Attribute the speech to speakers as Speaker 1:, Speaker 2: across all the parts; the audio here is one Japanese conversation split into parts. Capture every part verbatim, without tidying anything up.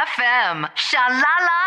Speaker 1: エフエム Shalala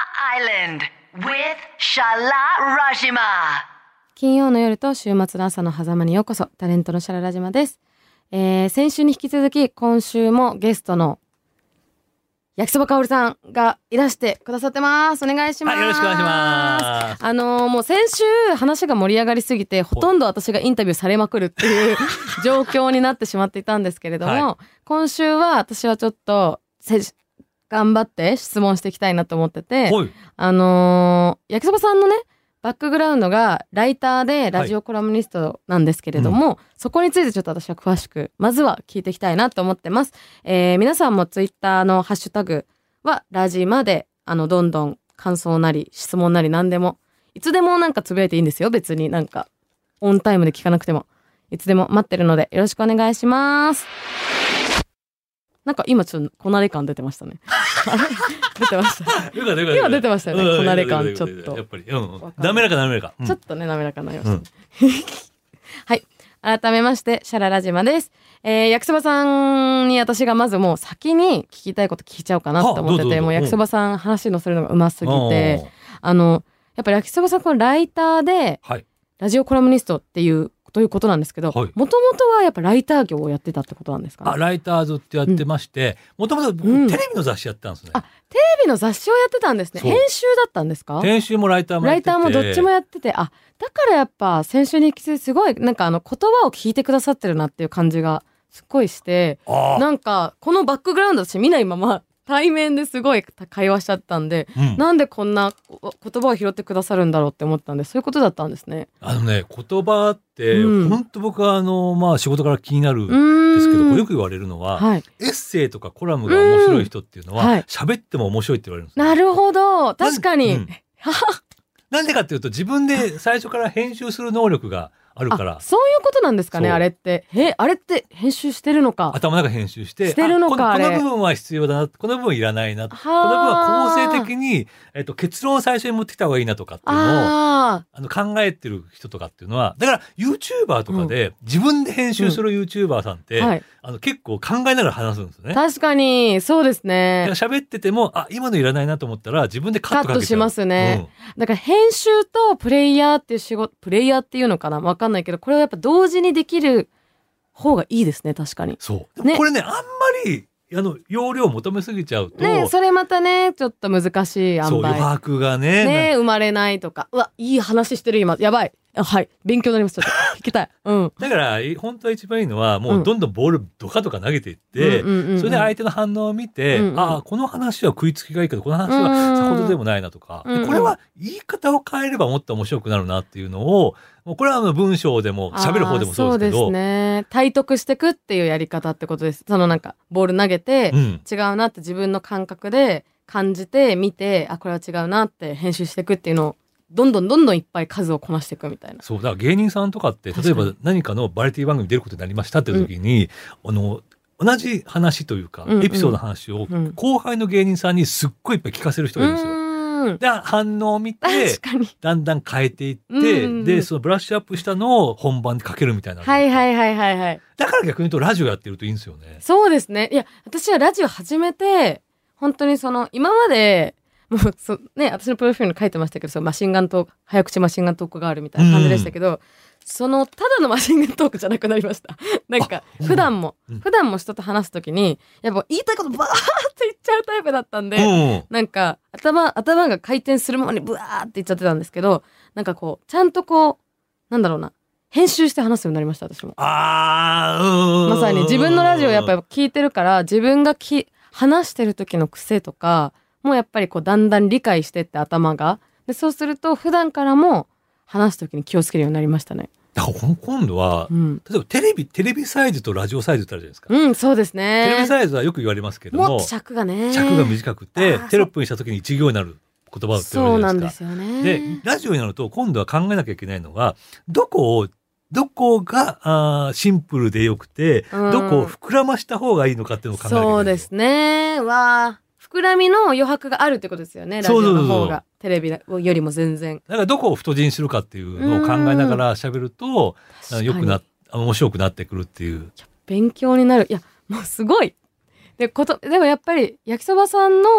Speaker 1: Island with Shala Rajima。
Speaker 2: 金曜の夜と週末の朝の狭間にようこそ。タレントのシャララジマです。えー、先週に引き続き今週もゲストの焼きそばかおるさんがいらしてくださってます。お願いします。
Speaker 3: はい、よろしくお願いします。
Speaker 2: あのー、もう先週話が盛り上がりすぎてほとんど私がインタビューされまくるっていう状況になってしまっていたんですけれども、はい、今週は私はちょっと頑張って質問していきたいなと思ってて、はい、あのー、焼きそばさんのねバックグラウンドがライターでラジオコラムニストなんですけれども、はいうん、そこについてちょっと私は詳しくまずは聞いていきたいなと思ってます。えー、皆さんもツイッターのハッシュタグはラジマであのどんどん感想なり質問なり何でもいつでもなんかつぶやいていいんですよ。別になんかオンタイムで聞かなくてもいつでも待ってるのでよろしくお願いします。なんか今ちょっとこなれ感出てましたね。出てました。今出てましたよね。こなれ感ちょっと。
Speaker 3: やっぱり、うん、滑らか滑らか、うん。
Speaker 2: ちょっとね滑らかになりましたね。うん、はい。改めましてシャララジマです。えー、焼きそばさんに私がまずもう先に聞きたいこと聞いちゃおうかなと思ってて、もう焼きそばさん話乗せるのがうますぎて、あのやっぱり焼きそばさんこのライターで、はい、ラジオコラムニストっていうということなんですけど、もともとはやっぱライター業をやってたってことなんですかね。
Speaker 3: あ、ライターズってやってまして、もともと僕テレビの雑誌やってたんですね。
Speaker 2: あ、テレビの雑誌をやってたんですね。編集だったんですか。
Speaker 3: 編集もライターもやってて。
Speaker 2: ライターもどっちもやってて、あ、だからやっぱ先週に引き続きすごいなんかあの言葉を聞いてくださってるなっていう感じがすっごいして、なんかこのバックグラウンド私見ないまま対面ですごい会話しちゃったんで、うん、なんでこんな言葉を拾ってくださるんだろうって思ったんで、そういうことだったんですね。
Speaker 3: あのね、言葉って本当、うん、僕はあのまあ仕事から気になるんですけど、よく言われるのは、はい、エッセイとかコラムが面白い人っていうのは喋、はい、っても面白いって言われるんですよ。
Speaker 2: なるほど、確かに。うん
Speaker 3: なんでかっていうと自分で最初から編集する能力があるから。
Speaker 2: そういうことなんですかね。あれってへあれって編集してるのか。
Speaker 3: 頭の中編集して
Speaker 2: してるのか。
Speaker 3: この、この部分は必要だな、この部分いらないな、この部分は構成的に、えっと、結論を最初に持ってきた方がいいなとかっていうのをああの考えてる人とかっていうのは、だから YouTuber とかで、うん、自分で編集する YouTuber さんって、うんはい、あの結構考えながら話すんですよね。
Speaker 2: 確かにそうですね。
Speaker 3: 喋っててもあ今のいらないなと思ったら自分でカットかけちゃう。
Speaker 2: カットしますね。うん、だから編集とプレイヤーっていう仕事、プレイヤーっていうのかな、わかんないけど、これはやっぱ同時にできる方がいいですね。確かに。
Speaker 3: そう。でもこれね、ねあんまりあの容量を求めすぎちゃうと
Speaker 2: ね、それまたねちょっと難しい塩梅。
Speaker 3: そう余白がね
Speaker 2: ね生まれないとか、うわいい話してる今やばい。はい勉強になります。ちょっと聞きたい、うん、
Speaker 3: だから本当は一番いいのはもうどんどんボールドカドカ投げていって、うん、それで相手の反応を見て、うんうん、ああこの話は食いつきがいいけどこの話はさほどでもないなとか、うん、これは言い方を変えればもっと面白くなるなっていうのを、もうこれは文章でも喋る方でもそうですけど、
Speaker 2: そうですね、体得していくっていうやり方ってことです。そのなんかボール投げて、うん、違うなって自分の感覚で感じて見て、あこれは違うなって編集していくっていうのをどんどんどんどんいっぱい数をこなしていくみたいな。
Speaker 3: そうだから芸人さんとかって例えば何かのバラエティ番組に出ることになりましたっていう時に、うん、あの同じ話というか、うんうん、エピソードの話を後輩の芸人さんにすっごいいっぱい聞かせる人がいるんですよ。うん、で反応を見てだんだん変えていって、うんうん、でそのブラッシュアップしたのを本番でかけるみたいな。
Speaker 2: はいはいはいはいはい。
Speaker 3: だから逆に言うとラジオやってるといいんですよね。
Speaker 2: そうですね。いや私はラジオ始めて本当にその今までもうそね、私のプロフィールに書いてましたけど、そうマシンガントーク、早口マシンガントークがあるみたいな感じでしたけど、うん、そのただのマシンガントークじゃなくなりました。なんか普段も、うん、普段も人と話すときにやっぱ言いたいことバーって言っちゃうタイプだったんで、うん、なんか頭頭が回転するままにブワーって言っちゃってたんですけど、なんかこうちゃんとこうなんだろうな、編集して話すようになりました。私も
Speaker 3: あー、
Speaker 2: まさに自分のラジオやっぱり聞いてるから、自分がき話してる時の癖とかもうやっぱりこうだんだん理解してって頭がで、そうすると普段からも話す時に気をつけるようになりましたね。
Speaker 3: だから今度は、うん、例えばテレビテレビサイズとラジオサイズってあるじゃないですか。
Speaker 2: うんそうですね。
Speaker 3: テレビサイズはよく言われますけども、
Speaker 2: もっと尺がね
Speaker 3: 尺が短くてテロップにした時に一行になる言葉って言われるじゃないですか。
Speaker 2: そうなんですよね。
Speaker 3: でラジオになると今度は考えなきゃいけないのがどこをどこがあシンプルでよくて、うん、どこを膨らました方がいいのかっていうのを考えなきゃいけない。
Speaker 2: そうですね。わー膨らみの余白があるってことですよね。ラジオの方がテレビよりも全然。
Speaker 3: だからどこを太字にするかっていうのを考えながら喋るとよくな面白くなってくるっていう。い
Speaker 2: や勉強になる。いやもうすごい。でことでもやっぱり焼きそばさんの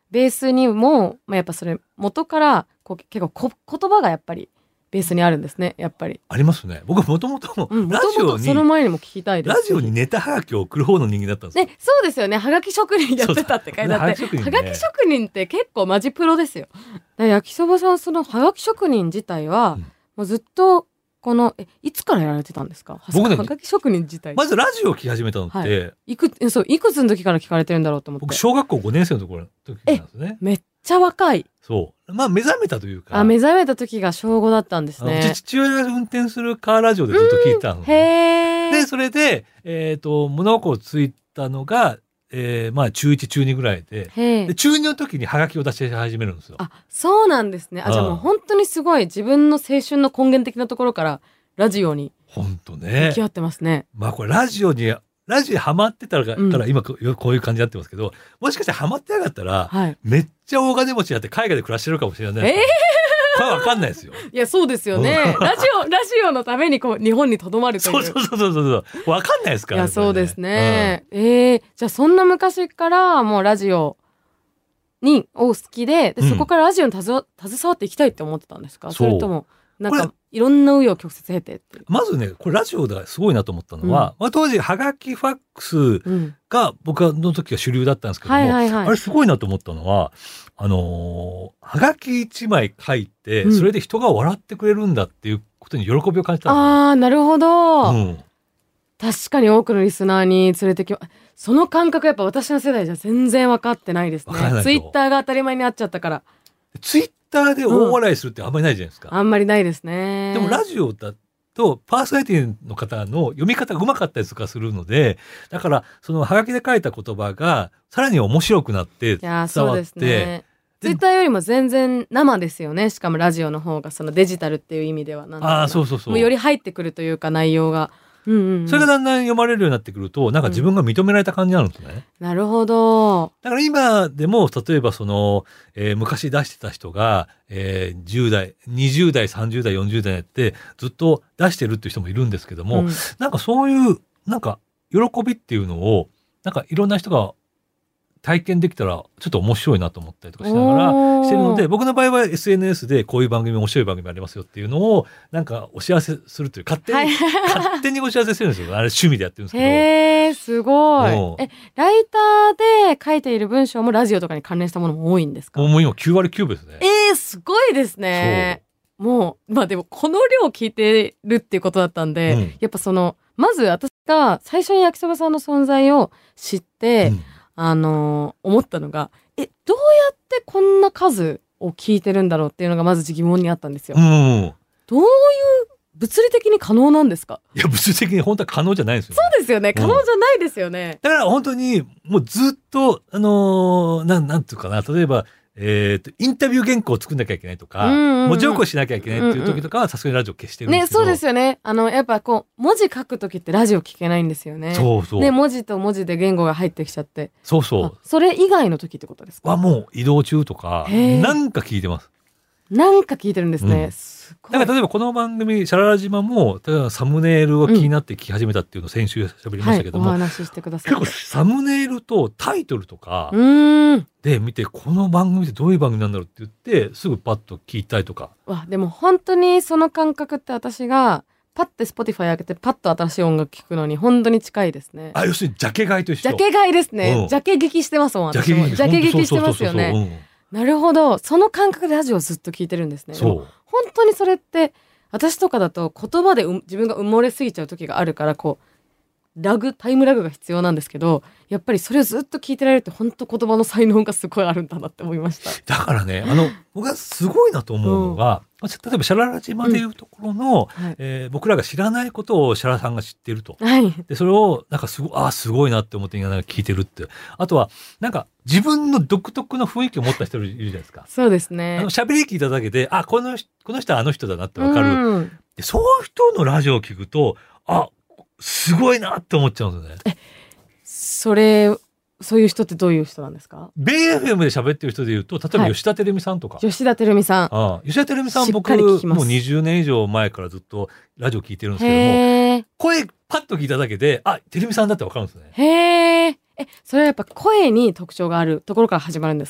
Speaker 2: ベースにも、まあ、やっぱそれ元からこう結構こ言葉がやっぱりベースにあるんですね、やっぱり。
Speaker 3: ありますね。僕もともとラジオに
Speaker 2: その前にも聞きたいです。
Speaker 3: ラジオにネタはがきを送る方の人間だったんですよ。
Speaker 2: ね、そうですよね。はがき職人やってたって書いてあって、
Speaker 3: そうそう
Speaker 2: はがき職人って結構マジプロですよ。だから焼きそばさん、そのはがき職人自体は、うん、もうずっとこのえいつからやられてたんですか？
Speaker 3: 僕ね、
Speaker 2: はがき職人自体。
Speaker 3: まずラジオを聞き始めたのって、はい、
Speaker 2: いくそういくつの時から聞かれてるんだろうと思って。
Speaker 3: 僕小学校ごねん生のところの時なんですね。
Speaker 2: めっちゃ若い。
Speaker 3: そうまあ目覚めたというか、
Speaker 2: あ、目覚めた時が小ごだったんですね。
Speaker 3: 父親が運転するカーラジオでずっと聞いてたの、ね、
Speaker 2: へー。で
Speaker 3: それで、えー、と物心をついたのが、えー、まあ中いち中にぐらい で, で中にの時にハガキを出し始めるんですよ。
Speaker 2: あ、そうなんですね。あ、じゃあもう本当にすごい自分の青春の根源的なところからラジオに
Speaker 3: 本当ね
Speaker 2: 向き合ってますね。
Speaker 3: まあこれラジオにラジオハマってたから、うん、今こういう感じになってますけど、もしかしてハマってなかったら、はい、めっちゃ大金持ちになって海外で暮らしてるかもしれない。えーこれわかんないですよ。
Speaker 2: いやそうですよね。ラジオラジオのためにこう日本にとどまるという。
Speaker 3: そうそうそうそうそう。わかんないですから、
Speaker 2: ね。いやそうですね。うん、えー、じゃあそんな昔からもうラジオにを好き で, で、うん、そこからラジオに携わっていきたいって思ってたんですか？それともなんかいろんな紆余曲折経てって
Speaker 3: まずねこれラジオですごいなと思ったのは、うんまあ、当時はがきファックスが僕の時は主流だったんですけども、うんはいはいはい、あれすごいなと思ったのはあのー、はがきいちまい書いて、うん、それで人が笑ってくれるんだっていうことに喜びを感じたんですよ。
Speaker 2: あーなるほど、うん、確かに多くのリスナーに連れてきその感覚やっぱ私の世代じゃ全然分かってないですね。ツイッターが当たり前になっちゃったから。
Speaker 3: ツイッターで大笑いするってあんまりないじゃないですか、
Speaker 2: うん、あんまりないですね。
Speaker 3: でもラジオだとパーソナリティの方の読み方がうまかったりとかするので、だからそのハガキで書いた言葉がさらに面白くなって伝わって、いやそうですね、ツイッターよりも全然生ですよね。しかもラジオの方がそのデジタルっていう意味ではなんだろうな、あそうそうそうもうより入ってくるというか内容が、うんうんうん、それがだんだん読まれるようになってくるとなんか自分が認められた感じになるんですね、
Speaker 2: うん、なるほど。
Speaker 3: だから今でも例えばその、えー、昔出してた人が、えー、じゅう代にじゅう代さんじゅう代よんじゅう代やってずっと出してるっていう人もいるんですけども、うん、なんかそういうなんか喜びっていうのをなんかいろんな人が体験できたらちょっと面白いなと思ったりとかしながらしてるので、僕の場合は エスエヌエス でこういう番組面白い番組ありますよっていうのをなんかお知らせするという勝手に、はい、勝手にお知らせするんですよ。あれ趣味でやってるんですけど。
Speaker 2: へーすごい。えライターで書いている文章もラジオとかに関連したものも多いんですか？
Speaker 3: もう今きゅうわりきゅうぶですね。
Speaker 2: えー、すごいですね。もうまあでもこの量聞いてるっていうことだったんで、うん、やっぱそのまず私が最初に焼きそばさんの存在を知って、うんあのー、思ったのがえどうやってこんな数を聞いてるんだろうっていうのがまず疑問にあったんですよ、うん、どういう物理的に可能なんですか？
Speaker 3: いや物理的に本当は可能じゃないですよ、ね、
Speaker 2: そうですよね可能じゃないですよね、
Speaker 3: うん、だから本当にもうずっとあのー、なんなんていうかな例えばえー、とインタビュー原稿を作んなきゃいけないとか、うんうんうん、文字起こししなきゃいけないっていう時とかはさすがにラジオ消してるんですけど、
Speaker 2: ね、そうですよね。あのやっぱこう文字書く時ってラジオ聞けないんですよね。
Speaker 3: そうそう、
Speaker 2: ね、文字と文字で言語が入ってきちゃって。
Speaker 3: そうそう
Speaker 2: それ以外の時ってことですか？
Speaker 3: はもう移動中とかなんか聞いてます。
Speaker 2: なんか聞いてるんですね、うん、すごい。
Speaker 3: だから例えばこの番組シャララ島も例えばサムネイルが気になって聞き始めたっていうのを先週喋りましたけども、
Speaker 2: はい、お話ししてください。
Speaker 3: 結構サムネイルとタイトルとかで見てこの番組ってどういう番組なんだろうって言ってすぐパッと聞いたりとか。
Speaker 2: わでも本当にその感覚って私がパッて Spotify 開けてパッと新しい音楽聴くのに本当に近いですね。
Speaker 3: あ要するにジャケ買いと一緒。
Speaker 2: ジャケ買いですね、うん、ジャケ聞きしてますもん私も。ジャケ聞きしてますよね。なるほどその感覚でラジオをずっと聞いてるんですね。そう本当にそれって私とかだと言葉で自分が埋もれすぎちゃう時があるからこうラグタイムラグが必要なんですけどやっぱりそれをずっと聞いてられるって本当言葉の才能がすごいあるんだなって思いました。
Speaker 3: だからねあの僕がすごいなと思うのが、うん、例えばシャララ島でいうところの、うんはいえー、僕らが知らないことをシャラさんが知ってると、はい、でそれをなんかすごいあすごいなって思って聞いてるって。あとはなんか自分の独特の雰囲気を持った人いるじゃないですか。
Speaker 2: そうですね。
Speaker 3: あの喋り聞いただけであこのこの人はあの人だなってわかる、うん、でそういう人のラジオを聞くとあすごいなって思っちゃうんですよね。
Speaker 2: えそれそういう人ってどういう人なんですか？
Speaker 3: ベイ エフエム で喋ってる人でいうと例えば吉田照美さんとか、
Speaker 2: はい、吉田照美さんあ
Speaker 3: あ吉田照美さん僕もうにじゅうねん以上前からずっとラジオ聞いてるんですけども声パッと聞いただけであ照美さんだってわかるんですね。
Speaker 2: へーえそれはやっぱ声に特徴があるところから始まるんですか？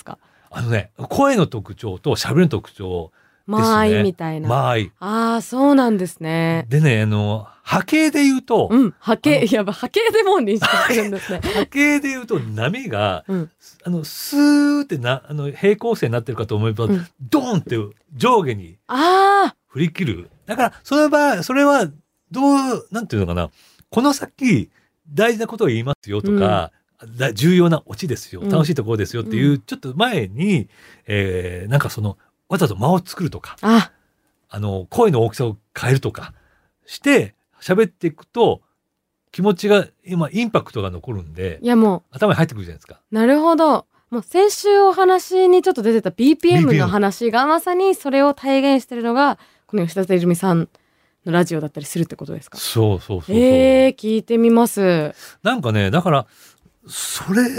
Speaker 3: あのね、声の特徴と喋りの特徴ですね。
Speaker 2: 間合いみたいな。
Speaker 3: 間合い。
Speaker 2: ああ、そうなんですね。
Speaker 3: でね、あの、波形で言うと、
Speaker 2: うん、波形、いや、波形でもう認識してるんですね。
Speaker 3: 波形で言うと波が、
Speaker 2: うん、
Speaker 3: あの、スーってな、あの、平行線になってるかと思えば、うん、ドーンって上下に振り切る。だから、その場合、それは、どう、なんていうのかな、この先、大事なことを言いますよとか、うん、重要なオチですよ、楽しいところですよっていう、うん、ちょっと前に、えー、なんかその、わざと間を作るとか、
Speaker 2: あ
Speaker 3: あの、声の大きさを変えるとかして、喋っていくと、気持ちが、今、インパクトが残るんで、
Speaker 2: いやもう、
Speaker 3: 頭に入ってくるじゃないですか。
Speaker 2: なるほど。もう先週お話にちょっと出てた ビーピーエム の話がまさにそれを体現してるのが、この吉田照美さんのラジオだったりするってことですか？
Speaker 3: そうそうそうそう。
Speaker 2: えー、聞いてみます。
Speaker 3: なんかね、だから、それって、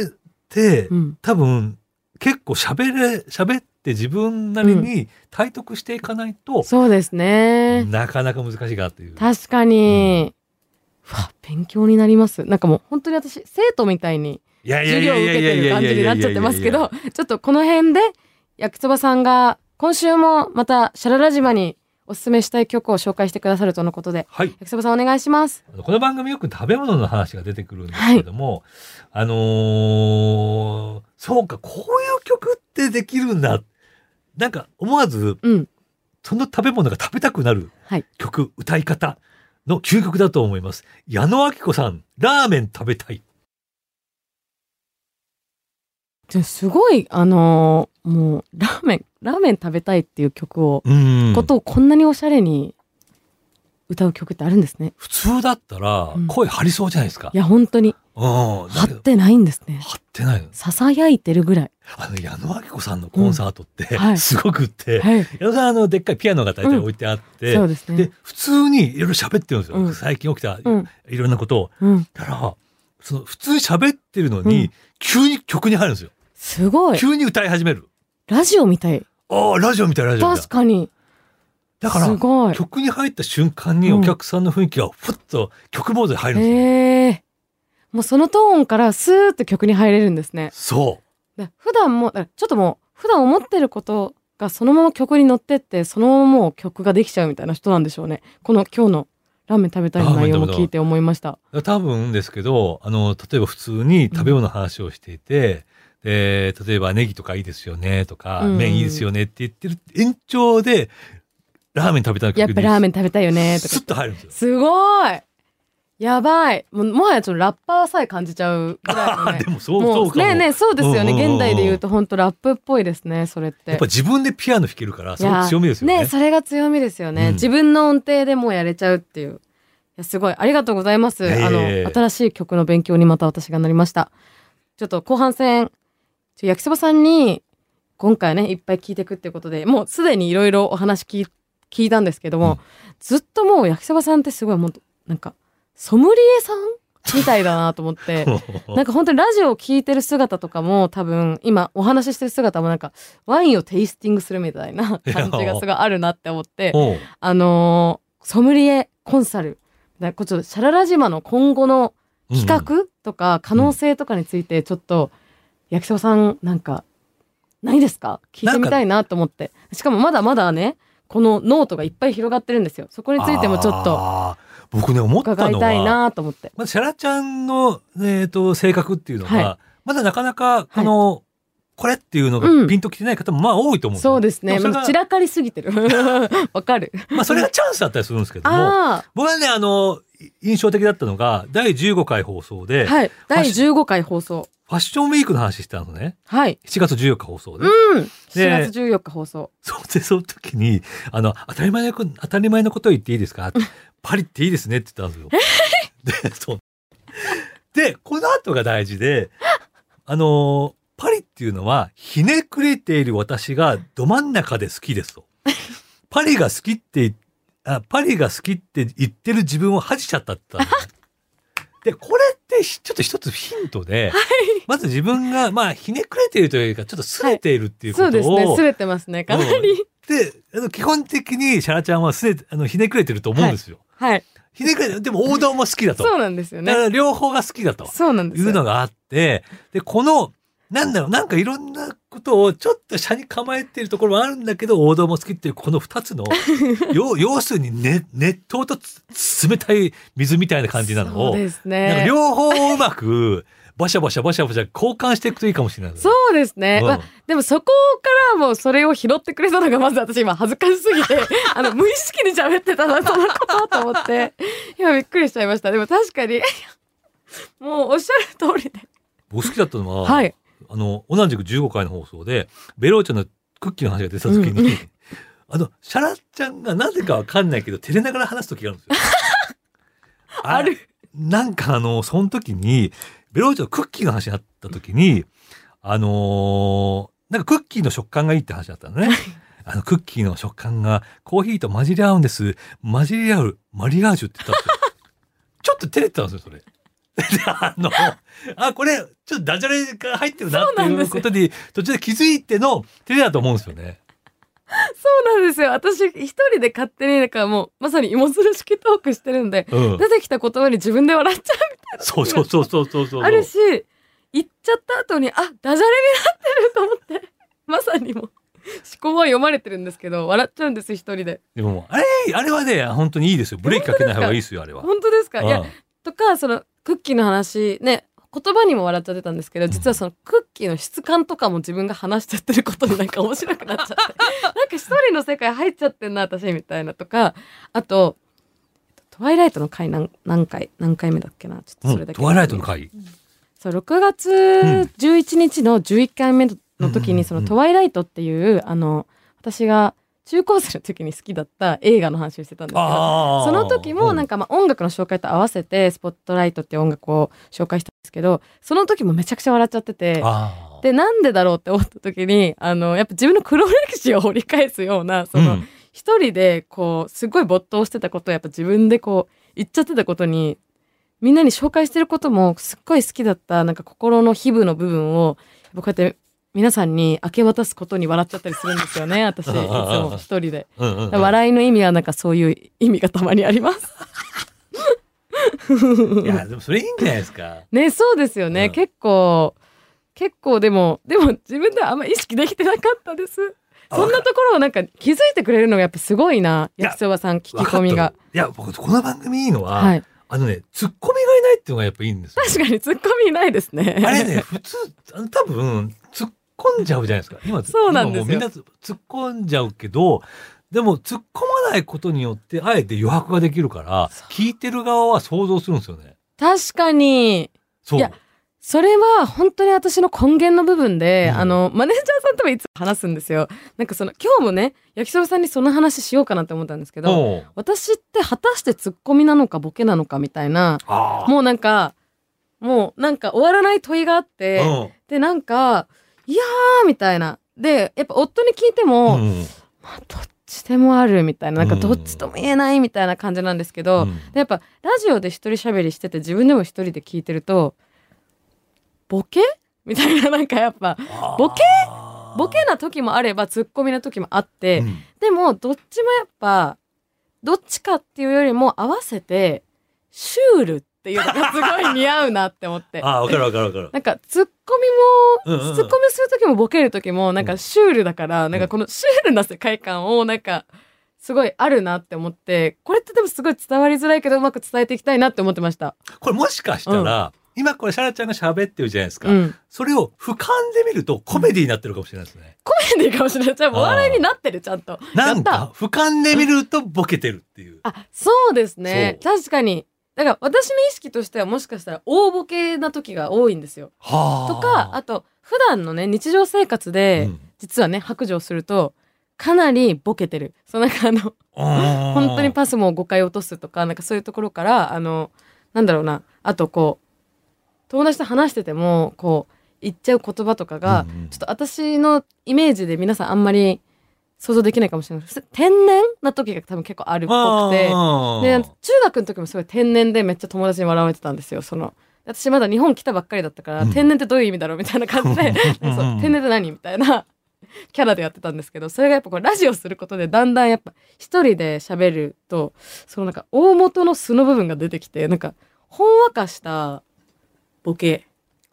Speaker 3: うん、多分、結構喋れ、喋って自分なりに体得していかないと、うん、
Speaker 2: そうですね。
Speaker 3: なかなか難しいかなっていう。
Speaker 2: 確かに。うん、わ、勉強になります。なんかもう本当に私、生徒みたいに授業を受けてる感じになっちゃってますけど、ちょっとこの辺で、焼きそばさんが今週もまたシャララ島におすすめしたい曲を紹介してくださるとのことで、はい、焼きそばさんお願いします。
Speaker 3: この番組よく食べ物の話が出てくるんですけども、はい、あのー、そうか、こういう曲ってできるんだ。なんか思わず、うん、その食べ物が食べたくなる曲、はい、歌い方の究極だと思います。矢野顕子さん、ラーメン食べたい。
Speaker 2: すごい、あのー、もう、ラーメン、ラーメン食べたいっていう曲を、ことをこんなにおしゃれに歌う曲ってあるんですね。
Speaker 3: 普通だったら、声張りそうじゃないですか。
Speaker 2: うん、いや、本当に。
Speaker 3: うん。
Speaker 2: 張ってないんですね。
Speaker 3: 張ってないの。
Speaker 2: ささやいてるぐらい。
Speaker 3: あの、矢野顕子さんのコンサートって、うんはい、すごくって、はい、矢野さん、あの、でっかいピアノが大体置いてあって、うん、そうですね。で、普通にいろいろ喋ってるんですよ。うん、最近起きた、うん、いろんなことを。うん、だから、その、普通に喋ってるのに、うん、急に曲に入るんですよ。
Speaker 2: すごい。
Speaker 3: 急に歌い始める。
Speaker 2: ラジオみたい。
Speaker 3: ああ、ラジオみたい、ラジオみたい。
Speaker 2: 確かに。
Speaker 3: だから、曲に入った瞬間にお客さんの雰囲気がふっと曲モードで入るんですよ。
Speaker 2: へー。もうそのトーンからスーッと曲に入れるんですね。
Speaker 3: そう。
Speaker 2: 普段も、ちょっともう、普段思ってることがそのまま曲に乗ってって、そのままもう曲ができちゃうみたいな人なんでしょうね。この今日のラーメン食べたいの内容も聞いて思いました。
Speaker 3: 多分ですけど、あの、例えば普通に食べ物の話をしていて、うんで、例えばネギとかいいですよねとか、うん、麺いいですよねって言ってる延長で、ラーメン食べたい曲に
Speaker 2: やっぱラーメン食べたいよねとか。
Speaker 3: スッと入るんですよ。
Speaker 2: すごいやばいもうもはやちょっとラッパーさえ感じちゃうぐらいのね。
Speaker 3: でもそうそうかも。
Speaker 2: ねえねえそうですよね。現代で言うと本当ラップっぽいですねそれって。
Speaker 3: やっぱ自分でピアノ弾けるからそれ強みですよね。
Speaker 2: ねそれが強みですよね、うん。自分の音程でもうやれちゃうっていう。いやすごいありがとうございます。えー、あの新しい曲の勉強にまた私がなりました。ちょっと後半戦焼きそばさんに今回ねいっぱい聞いていくっていうことでもうすでにいろいろお話聞い、聞いたんですけども、うん、ずっともう焼きそばさんってすごいもうなんかソムリエさんみたいだなと思ってなんか本当にラジオを聞いてる姿とかも多分今お話ししてる姿もなんかワインをテイスティングするみたいな感じがすごいあるなって思ってあのー、ソムリエコンサルなんかちょっとシャララ島の今後の企画とか可能性とかについてちょっと、うん焼きそばさんなんかないですか聞いてみたいなと思ってしかもまだまだねこのノートがいっぱい広がってるんですよそこについてもちょっと
Speaker 3: 僕ね思ったのは
Speaker 2: 伺いたいなと思って
Speaker 3: まずシャラちゃんの、えー、と性格っていうのが、はい、まだなかなかこの、はい、これっていうのがピンときてない方もまあ多いと思うんですよ、
Speaker 2: うん、そうですねまあ、散らかりすぎてるわかる
Speaker 3: まあそれがチャンスだったりするんですけども僕はねあの印象的だったのがだいじゅうごかい放送で、
Speaker 2: はい、だいじゅうごかい放送
Speaker 3: ファッションウィークの話してたのね。
Speaker 2: はい。
Speaker 3: しちがつじゅうよっか放送で。
Speaker 2: うん。しちがつじゅうよっか放送。
Speaker 3: そうで、その時に、あの、当たり前の、当たり前のことを言っていいですかパリっていいですねって言ったんですよ。で、そう。で、この後が大事で、あの、パリっていうのは、ひねくれている私がど真ん中で好きですと。パリが好きってあ、パリが好きって言ってる自分を恥じちゃったって言ったんですよ。で、これってちょっと一つヒントで、はい、まず自分が、まあ、ひねくれているというか、ちょっとすれているっていうことを。はい、そうですね、
Speaker 2: すれてますね、かなり。
Speaker 3: で、あの基本的にシャラちゃんはすれ、あの、ひねくれてると思うんですよ。
Speaker 2: はい。はい、
Speaker 3: ひねくれて、でも王道も好きだと。
Speaker 2: そうなんですよね。
Speaker 3: だから両方が好きだと。
Speaker 2: そうなんですよ。
Speaker 3: いうのがあって、で、この、 なんだろう、なんかいろんなことをちょっと車に構えてるところもあるんだけど、王道も好きっていうこの二つの、要要するに、ね、熱湯と冷たい水みたいな感じなのを、
Speaker 2: そうです
Speaker 3: なんか
Speaker 2: ね。
Speaker 3: 両方をうまく、バシャバシャバシャバシャ交換していくといいかもしれない。
Speaker 2: そうですね。
Speaker 3: うん
Speaker 2: まあでもそこからもうそれを拾ってくれたのがまず私今恥ずかしすぎて、あの無意識に喋ってたな、そのことと思って、今びっくりしちゃいました。でも確かに、もうおっしゃる通りで。
Speaker 3: 僕好きだったのは、
Speaker 2: はい。
Speaker 3: あの、同じくじゅうごかいの放送で、ベローチョのクッキーの話が出た時に、あの、シャラちゃんがなぜかわかんないけど、照れながら話す時があるんですよ。
Speaker 2: ある。
Speaker 3: なんかあの、その時に、ベローチョのクッキーの話になった時に、あのーなんかクッキーの食感がいいって話だったのね。あの、クッキーの食感がコーヒーと混じり合うんです。混じり合うマリアージュって言ったんですよ。ちょっと照れてたんですよ、それ。であの、あ、これ、ちょっとダジャレが入ってるなっていうことに、途中で気づいての照れだと思うんですよね。
Speaker 2: そうなんですよ。私一人で勝手になんかもうまさに芋づる式トークしてるんで、
Speaker 3: うん。
Speaker 2: 出てきた言葉に自分で笑っちゃうみたいな。
Speaker 3: そうそうそうそうそうそう。
Speaker 2: あるし、言っちゃった後に、あ、ダジャレになってると思って、まさにもう、思考は読まれてるんですけど、笑っちゃうんです、一人で。
Speaker 3: でも、あれ、あれはね、本当にいいですよ。ブレーキかけない方がいいですよ、あれは。
Speaker 2: 本当ですか？いや
Speaker 3: うん、
Speaker 2: とか、その、クッキーの話、ね、言葉にも笑っちゃってたんですけど、実はそのクッキーの質感とかも自分が話しちゃってることになんか面白くなっちゃって、なんか一人の世界入っちゃってんな、私みたいなとか、あと、トワイライトの回何何回、何回目だっけな、ちょっとそれだけ。
Speaker 3: うん、トワイライトの回。
Speaker 2: そう、ろくがつじゅういちにちのじゅういっかいめの時に、そのトワイライトっていう、あの、私が中高生の時に好きだった映画の話をしてたんですけど、その時もなんかまあ音楽の紹介と合わせて、スポットライトっていう音楽を紹介したんですけど、その時もめちゃくちゃ笑っちゃってて、で、なんでだろうって思った時に、あの、やっぱ自分の黒歴史を掘り返すような、その、うん一人でこうすごい没頭してたことをやっぱ自分でこう言っちゃってたことにみんなに紹介してることもすっごい好きだったなんか心の皮膚の部分をこうやって皆さんに明け渡すことに笑っちゃったりするんですよね私いつも一人で、うんうんうん、笑いの意味はなんかそういう意味がたまにあります
Speaker 3: いやでもそれいいんじゃないですか
Speaker 2: ね。そうですよね、うん、結構結構でもでも自分ではあんま意識できてなかったです。そんなところをなんか気づいてくれるのがやっぱすごいな、焼きそばさん聞き込みが。
Speaker 3: いや、僕この番組いいのは、はい、あのね、ツッコミがいないっていうのがやっぱいいんですよ。
Speaker 2: 確かにツッコミいないですね。
Speaker 3: あれね、普通、多分、突っ込んじゃうじゃないですか。今、
Speaker 2: そうなんですよ。
Speaker 3: 今もうみんな突っ込んじゃうけど、でも突っ込まないことによって、あえて余白ができるから、聞いてる側は想像するんですよね。
Speaker 2: 確かに。
Speaker 3: そう。
Speaker 2: いやそれは本当に私の根源の部分で、うん、あのマネージャーさんともいつも話すんですよ。なんかその今日もね焼きそばさんにその話しようかなって思ったんですけど、私って果たしてツッコミなのかボケなのかみたいな、もうなんかもうなんか終わらない問いがあって、でなんかいやーみたいなでやっぱ夫に聞いても、うん、まあどっちでもあるみたいななんかどっちとも言えないみたいな感じなんですけど、うん、でやっぱラジオで一人喋りしてて自分でも一人で聞いてるとボケみたいななんかやっぱボケボケな時もあればツッコミな時もあって、うん、でもどっちもやっぱどっちかっていうよりも合わせてシュールっていうのがすごい似合うなって思って
Speaker 3: あ、わかるわかるわかる。
Speaker 2: なんかツッコミも、うんうんうん、ツッコミする時もボケる時もなんかシュールだから、うん、なんかこのシュールな世界観をなんかすごいあるなって思ってこれってでもすごい伝わりづらいけどうまく伝えていきたいなって思ってました。
Speaker 3: これもしかしたら、うん今これシャラちゃんが喋ってるじゃないですか、うん、それを俯瞰で見るとコメディになってるかもしれないですね。
Speaker 2: コメディかもしれない。じゃあお笑いになってるちゃんと
Speaker 3: なんか俯瞰で見るとボケてるっていう。
Speaker 2: あ、そうですね。確かにだから私の意識としてはもしかしたら大ボケな時が多いんですよ。はとかあと普段のね日常生活で、うん、実はね白状するとかなりボケてる。そうなんかあの本当にパスもごかい落とすとかなんかそういうところからあのなんだろうなあとこう友達と話しててもこう言っちゃう言葉とかが、うんうん、ちょっと私のイメージで皆さんあんまり想像できないかもしれない。天然な時が多分結構あるっぽくてで中学の時もすごい天然でめっちゃ友達に笑われてたんですよ。その私まだ日本来たばっかりだったから、うん、天然ってどういう意味だろうみたいな感じでそう天然って何みたいなキャラでやってたんですけどそれがやっぱこうラジオすることでだんだんやっぱ一人で喋るとそのなんか大元の素の部分が出てきてなんかほんわかしたボケ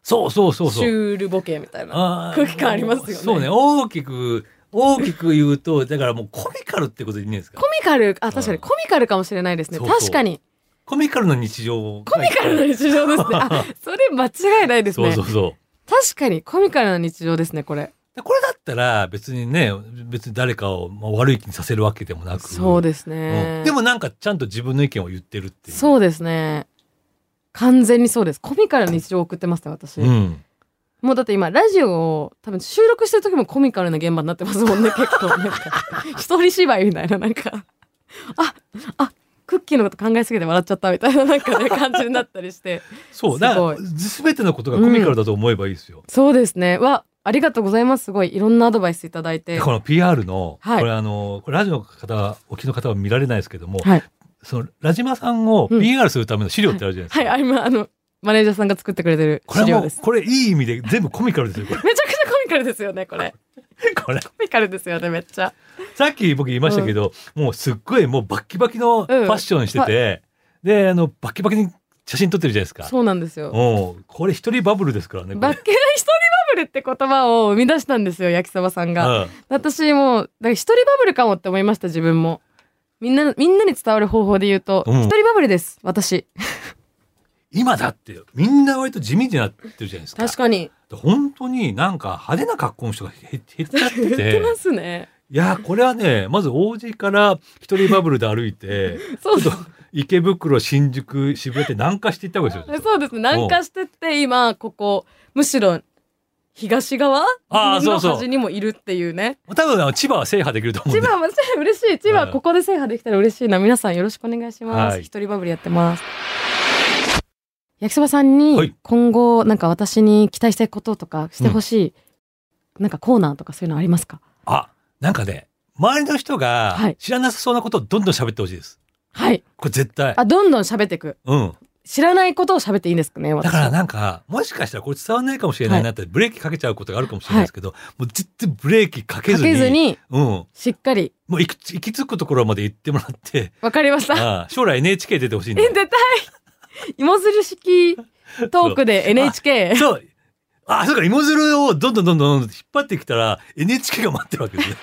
Speaker 3: そうそうそうそう。
Speaker 2: シュールボケみたいな空気感ありますよね。
Speaker 3: そうね、大きく大きく言うとだからもうコミカルってことでいいんですか。
Speaker 2: コミカル、あ、確かにコミカルかもしれないですね。
Speaker 3: そうそう
Speaker 2: 確かに
Speaker 3: コミカルな日常。
Speaker 2: コミカルな日常ですね。あ、それ間違いないですね。
Speaker 3: そうそうそう。
Speaker 2: 確かにコミカルな日常ですね、これ。
Speaker 3: これだったら別にね、別に誰かを悪い気にさせるわけでもなく。
Speaker 2: そうですね。
Speaker 3: うん、でもなんかちゃんと自分の意見を言ってるっていう。
Speaker 2: そうですね。完全にそうです。コミカルな日常を送ってますね、私。うん、もうだって今ラジオを多分収録してる時もコミカルな現場になってますもんね。結構なんか一人芝居みたいな、なんかああクッキーのこと考えすぎて笑っちゃったみたいな、なんかね感じになったりして。
Speaker 3: そうだから全てのことがコミカルだと思えばいいですよ。うん、
Speaker 2: そうですね。わ、ありがとうございます。すごいいろんなアドバイスいただいて。
Speaker 3: この ピーアール の、
Speaker 2: はい、
Speaker 3: これあのこれラジオの方お聞きの方は見られないですけども、
Speaker 2: はい、
Speaker 3: そのラジマさんを ピーアール するための資料ってあるじゃないですか。
Speaker 2: うん、はい、今あのマネージャーさんが作ってくれてる資料です。
Speaker 3: これもこれいい意味で全部コミカルですよ。これ
Speaker 2: めちゃくちゃコミカルですよね、これ。
Speaker 3: これ
Speaker 2: コミカルですよね、めっちゃ。
Speaker 3: さっき僕言いましたけど、うん、もうすっごいもうバッキバキのファッションしてて、うん、であのバッキバキに写真撮ってるじゃないですか。
Speaker 2: そうなんですよ。
Speaker 3: うん、これ一人バブルですからね。
Speaker 2: バッキバ一人バブルって言葉を生み出したんですよ、焼きそばさんが。うん、私もだから一人バブルかもって思いました、自分も。みんなみんなに伝わる方法で言うと、うん、一人バブルです、私。
Speaker 3: 今だってみんな割と地味になってるじゃないですか。
Speaker 2: 確かに。
Speaker 3: 本当になんか派手な格好の人が減っちゃってて。
Speaker 2: 減ってますね。
Speaker 3: いやこれはね、まず王子から一人バブルで歩いてそうちょっと池袋新宿渋谷って南下していったわけですよ。
Speaker 2: そうですね、南下してって今ここむしろ東側の端にもいるっていうね。
Speaker 3: 多分千葉は制覇できると思うんで。
Speaker 2: 千葉は嬉しい。千葉ここで制覇できたら嬉しいな。皆さんよろしくお願いします。はい、一人バブルやってます。焼きそばさんに今後なんか私に期待したいこととかしてほしい、うん、なんかコーナーとかそういうのありますか？
Speaker 3: あ、なんかね、周りの人が知らなさそうなことをどんどん喋ってほしいです。はい。これ絶対。
Speaker 2: あ、どんどん喋っていく。うん。知らないことを喋っていいんですかね、私。
Speaker 3: だからなんか、もしかしたらこれ伝わらないかもしれないなって、ブレーキかけちゃうことがあるかもしれないですけど、はい、もう絶対ブレーキかけずに。かけずに、うん。しっかり。もう行き、行き着くところまで行ってもらって。
Speaker 2: わかりました。
Speaker 3: ああ、将来 エヌエイチケー 出てほしいんだ。
Speaker 2: え、絶対。芋づる式トークで エヌエイチケー。
Speaker 3: そう。あ、そうか、芋づるをどんどんどんどん引っ張ってきたら エヌエイチケー が待ってるわけですね。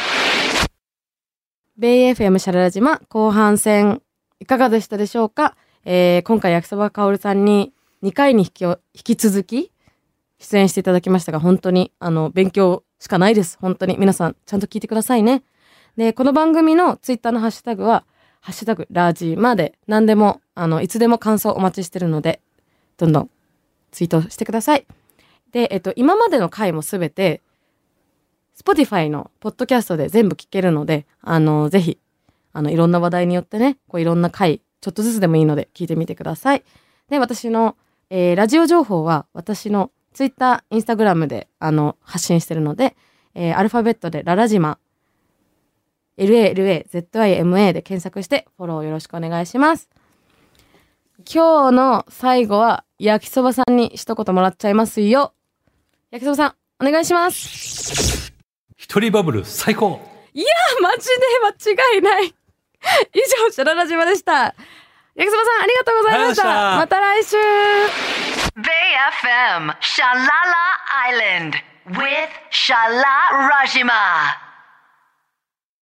Speaker 2: ベイ エフエム シャララ島後半戦いかがでしたでしょうか？えー、今回焼きそばかおるさんににかいに引き、引き続き出演していただきましたが、本当にあの勉強しかないです。本当に皆さんちゃんと聞いてくださいね。で、この番組のツイッターのハッシュタグはハッシュタグラジマで何でもあのいつでも感想お待ちしてるのでどんどんツイートしてください。で、えっと今までの回もすべて Spotify のポッドキャストで全部聞けるので、あのぜひあのいろんな話題によってね、こういろんな回ちょっとずつでもいいので聞いてみてください。で、私の、えー、ラジオ情報は私の Twitter、Instagram であの発信してるので、えー、アルファベットでララジマ エルエーエルエーゼットアイエムエー で検索してフォローよろしくお願いします。今日の最後は焼きそばさんに一言もらっちゃいますよ。焼きそばさんお願いします。
Speaker 3: 一人バブル最高。
Speaker 2: いやー、マジで間違いない。以上、シャララ島でした。焼きそばさんありがとうございました。また来週。
Speaker 1: ベイ エフエム シャララ Island with シャララ島。